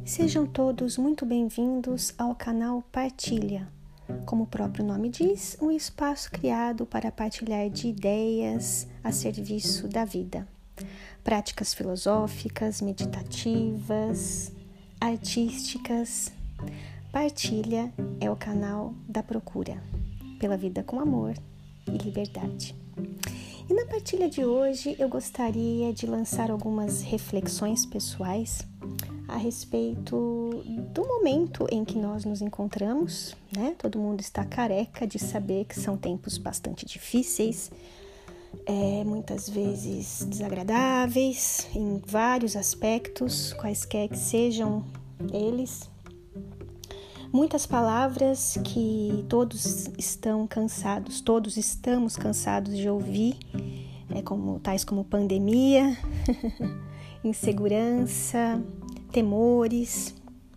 Sejam todos muito bem-vindos ao canal Partilha. Como o próprio nome diz, um espaço criado para partilhar de ideias a serviço da vida. Práticas filosóficas, meditativas, artísticas. Partilha é o canal da procura pela vida com amor e liberdade. E na partilha de hoje eu gostaria de lançar algumas reflexões pessoais a respeito do momento em que nós nos encontramos, né? Todo mundo está careca de saber que são tempos bastante difíceis, muitas vezes desagradáveis em vários aspectos, quaisquer que sejam eles. Muitas palavras que todos estamos cansados de ouvir, tais como pandemia, insegurança, temores,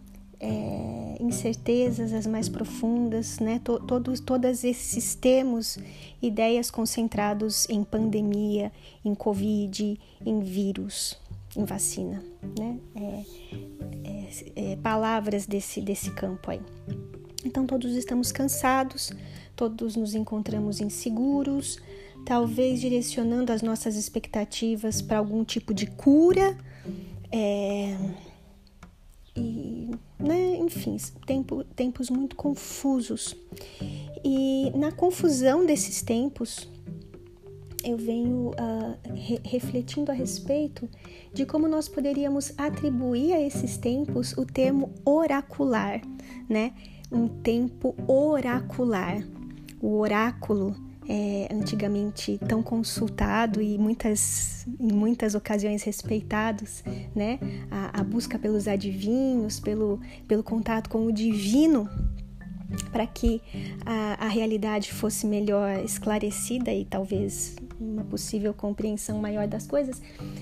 incertezas as mais profundas, né? Todos esses termos, ideias concentrados em pandemia, em Covid, em vírus, em vacina, né? Palavras desse campo aí. Então todos estamos cansados, todos nos encontramos inseguros, talvez direcionando as nossas expectativas para algum tipo de cura, enfim, tempos muito confusos. E na confusão desses tempos, eu venho refletindo a respeito de como nós poderíamos atribuir a esses tempos o termo oracular, né? Um tempo oracular. O oráculo antigamente tão consultado e em muitas ocasiões respeitados, né? A busca pelos adivinhos, pelo contato com o divino, para que a realidade fosse melhor esclarecida e talvez uma possível compreensão maior das coisas.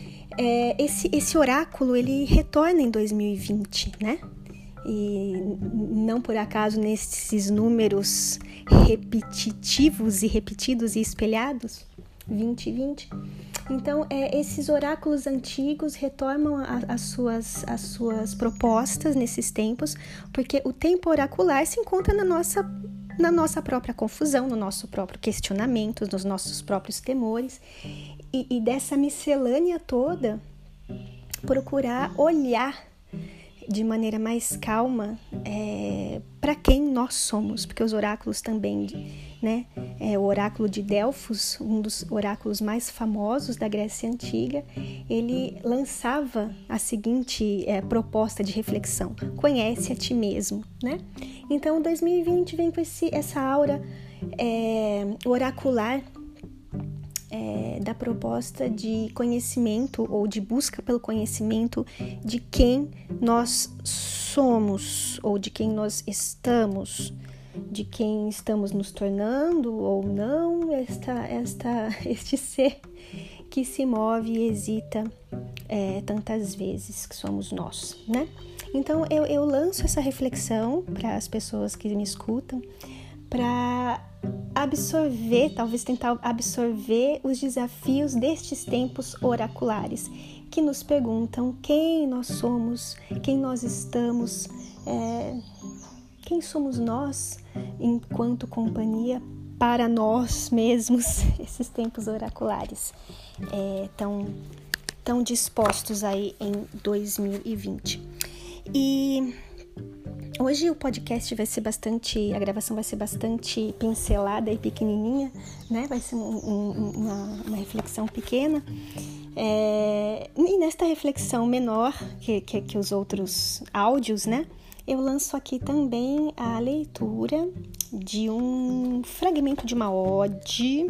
Esse oráculo, ele retorna em 2020, né? E não por acaso nesses números repetitivos e repetidos e espelhados, 2020. Então, esses oráculos antigos retomam as suas propostas nesses tempos, porque o tempo oracular se encontra na nossa própria confusão, no nosso próprio questionamento, nos nossos próprios temores, e dessa miscelânea toda, procurar olhar de maneira mais calma para quem nós somos, porque os oráculos também, né? O oráculo de Delfos, um dos oráculos mais famosos da Grécia Antiga, ele lançava a seguinte proposta de reflexão: conhece a ti mesmo, né? Então 2020 vem com essa aura oracular, da proposta de conhecimento ou de busca pelo conhecimento de quem nós somos ou de quem nós estamos, de quem estamos nos tornando ou não, este ser que se move e hesita tantas vezes, que somos nós, né? Então eu lanço essa reflexão para as pessoas que me escutam, para absorver, talvez tentar absorver os desafios destes tempos oraculares, que nos perguntam quem nós somos, quem nós estamos, quem somos nós enquanto companhia para nós mesmos, esses tempos oraculares tão dispostos aí em 2020. E hoje o podcast a gravação vai ser bastante pincelada e pequenininha, né? Vai ser uma reflexão pequena. E nesta reflexão menor que os outros áudios, né? Eu lanço aqui também a leitura de um fragmento de uma ode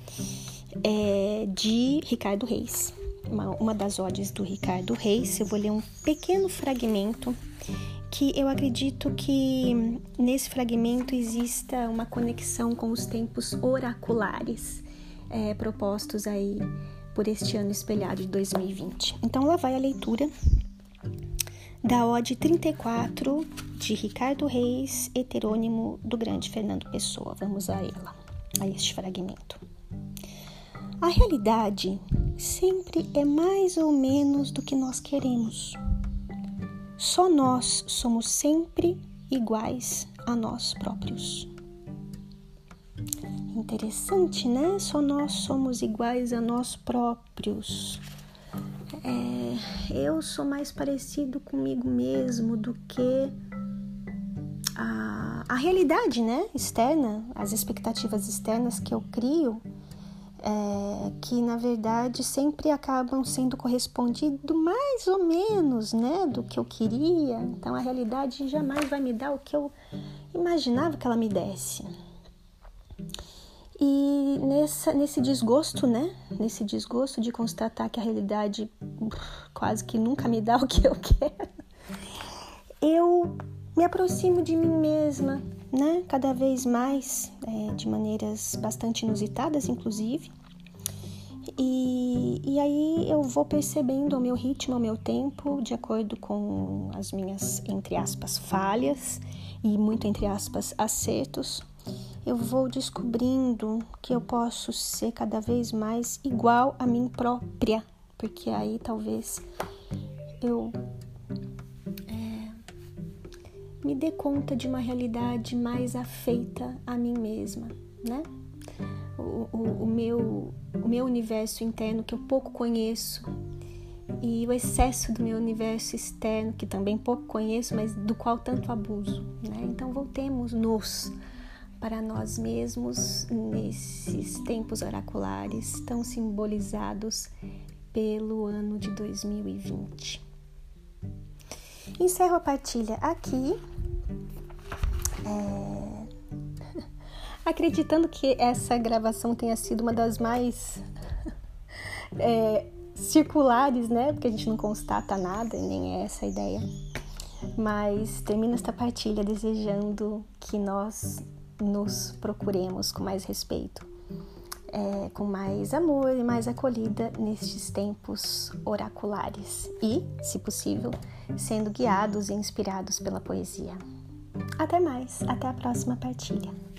de Ricardo Reis. Uma das odes do Ricardo Reis. Eu vou ler um pequeno fragmento que eu acredito que nesse fragmento exista uma conexão com os tempos oraculares propostos aí por este ano espelhado de 2020. Então lá vai a leitura da ode 34 de Ricardo Reis, heterônimo do grande Fernando Pessoa. Vamos a este fragmento. A realidade sempre é mais ou menos do que nós queremos. só nós somos sempre iguais a nós próprios. Interessante, né? Só nós somos iguais a nós próprios. Eu sou mais parecido comigo mesmo do que a realidade, né? Externa, as expectativas externas que eu crio, que na verdade sempre acabam sendo correspondido mais ou menos, né, do que eu queria. Então a realidade jamais vai me dar o que eu imaginava que ela me desse. E nesse desgosto, né, nesse desgosto de constatar que a realidade quase que nunca me dá o que eu quero, eu me aproximo de mim mesma, né, cada vez mais, de maneiras bastante inusitadas, inclusive. E aí eu vou percebendo o meu ritmo, o meu tempo, de acordo com as minhas, entre aspas, falhas e muito, entre aspas, acertos. Eu vou descobrindo que eu posso ser cada vez mais igual a mim própria, porque aí talvez eu me dê conta de uma realidade mais afeita a mim mesma, né? O meu universo interno, que eu pouco conheço, e o excesso do meu universo externo, que também pouco conheço, mas do qual tanto abuso, né? Então voltemos-nos para nós mesmos nesses tempos oraculares tão simbolizados pelo ano de 2020. Encerro a partilha aqui, acreditando que essa gravação tenha sido uma das mais circulares, né? Porque a gente não constata nada, nem é essa a ideia. Mas termino esta partilha desejando que nós nos procuremos com mais respeito, com mais amor e mais acolhida nestes tempos oraculares e, se possível, sendo guiados e inspirados pela poesia. Até mais, até a próxima partilha.